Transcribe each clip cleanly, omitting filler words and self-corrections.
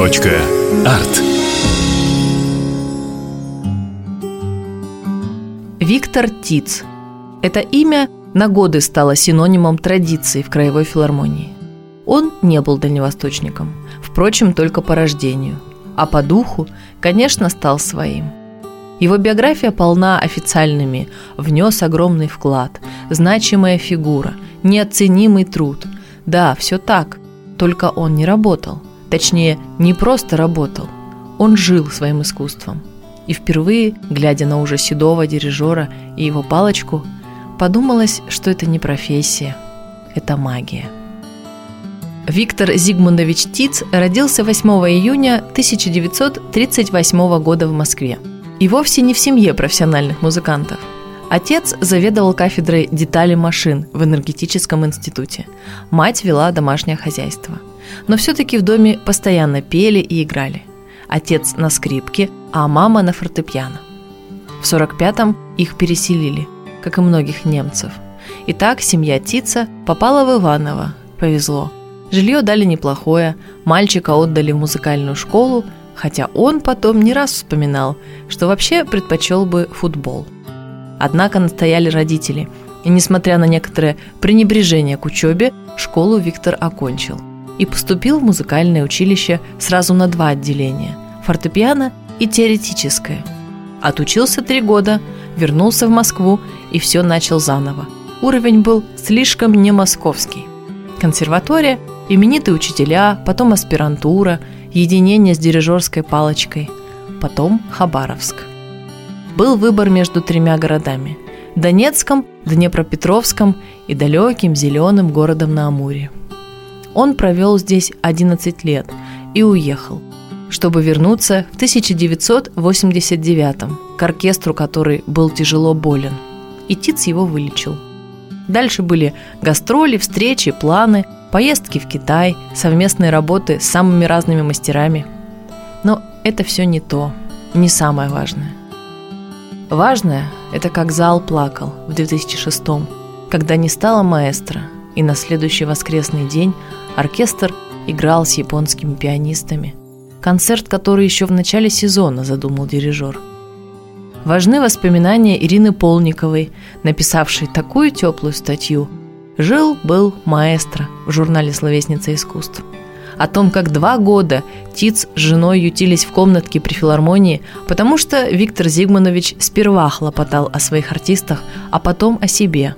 Arts. Виктор Тиц. Это имя на годы стало синонимом традиции в Краевой филармонии. Он не был дальневосточником, впрочем, только по рождению, а по духу, конечно, стал своим. Его биография полна официальными: внес огромный вклад, значимая фигура, неоценимый труд. Да, все так, только он не работал, точнее, не просто работал, он жил своим искусством. И впервые, глядя на уже седого дирижера и его палочку, подумалось, что это не профессия, это магия. Виктор Зигмундович Тиц родился 8 июня 1938 года в Москве. И вовсе не в семье профессиональных музыкантов. Отец заведовал кафедрой деталей машин в энергетическом институте. Мать вела домашнее хозяйство. Но все-таки в доме постоянно пели и играли. Отец на скрипке, а мама на фортепиано. В 1945-м их переселили, как и многих немцев. И так семья Тица попала в Иваново. Повезло. Жилье дали неплохое, мальчика отдали в музыкальную школу, хотя он потом не раз вспоминал, что вообще предпочел бы футбол. Однако настояли родители, и несмотря на некоторое пренебрежение к учебе, школу Виктор окончил и поступил в музыкальное училище сразу на 2 отделения – фортепиано и теоретическое. Отучился 3 года, вернулся в Москву и все начал заново. Уровень был слишком не московский. Консерватория, именитые учителя, потом аспирантура, единение с дирижерской палочкой, потом Хабаровск. Был выбор между 3 городами – Донецком, Днепропетровском и далеким зеленым городом на Амуре. Он провел здесь 11 лет и уехал, чтобы вернуться в 1989 к оркестру, который был тяжело болен, и Тиц его вылечил. Дальше были гастроли, встречи, планы, поездки в Китай, совместные работы с самыми разными мастерами. Но это все не то, не самое важное. Важное – это как зал плакал в 2006-м, когда не стало маэстро, и на следующий воскресный день оркестр играл с японскими пианистами. Концерт, который еще в начале сезона задумал дирижер. Важны воспоминания Ирины Полниковой, написавшей такую теплую статью «Жил-был маэстро» в журнале «Словесница искусств». О том, как 2 года Тиц с женой ютились в комнатке при филармонии, потому что Виктор Зигмундович сперва хлопотал о своих артистах, а потом о себе.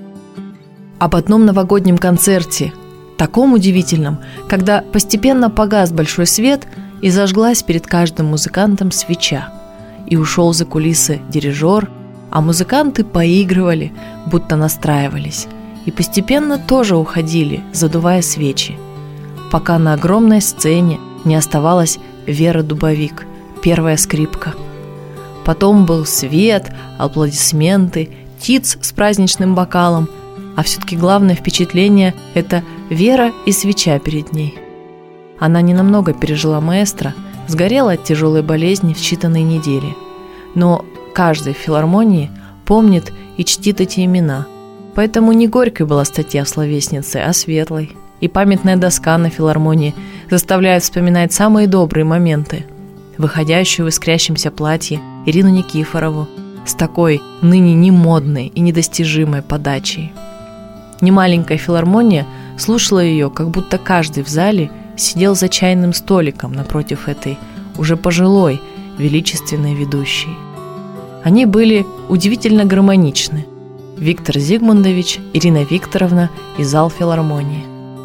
Об одном новогоднем концерте, таком удивительном, когда постепенно погас большой свет и зажглась перед каждым музыкантом свеча, и ушел за кулисы дирижер, а музыканты поигрывали, будто настраивались, и постепенно тоже уходили, задувая свечи, пока на огромной сцене не оставалась Вера Дубовик, первая скрипка. Потом был свет, аплодисменты, Тиц с праздничным бокалом, а все-таки главное впечатление – это Вера и свеча перед ней. Она ненамного пережила маэстро, сгорела от тяжелой болезни в считанные недели. Но каждый в филармонии помнит и чтит эти имена. Поэтому не горькой была статья в словеснице, а светлой. И памятная доска на филармонии заставляет вспоминать самые добрые моменты. Выходящую в искрящемся платье Ирину Никифорову с такой ныне немодной и недостижимой подачей. Немаленькая филармония слушала ее, как будто каждый в зале сидел за чайным столиком напротив этой уже пожилой, величественной ведущей. Они были удивительно гармоничны. Виктор Зигмундович, Ирина Викторовна и зал филармонии.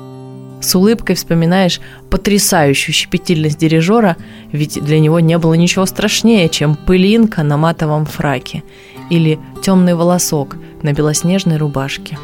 С улыбкой вспоминаешь потрясающую щепетильность дирижера, ведь для него не было ничего страшнее, чем пылинка на матовом фраке или темный волосок на белоснежной рубашке.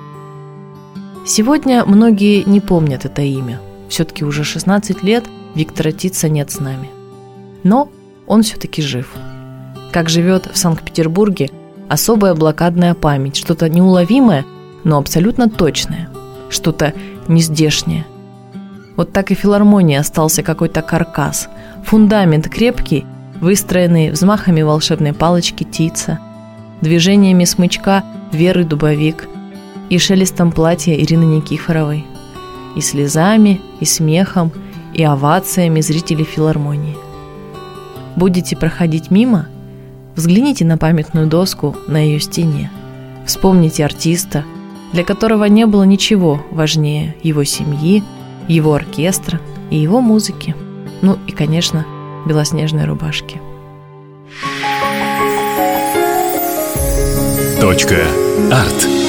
Сегодня многие не помнят это имя. Все-таки уже 16 лет Виктора Тица нет с нами. Но он все-таки жив. Как живет в Санкт-Петербурге особая блокадная память, что-то неуловимое, но абсолютно точное, что-то нездешнее. Вот так и в филармонии остался какой-то каркас, фундамент крепкий, выстроенный взмахами волшебной палочки Тица, движениями смычка Веры Дубовик и шелестом платья Ирины Никифоровой, и слезами, и смехом, и овациями зрителей филармонии. Будете проходить мимо, взгляните на памятную доску на ее стене. Вспомните артиста, для которого не было ничего важнее его семьи, его оркестра и его музыки. Ну и, конечно, белоснежной рубашки. .арт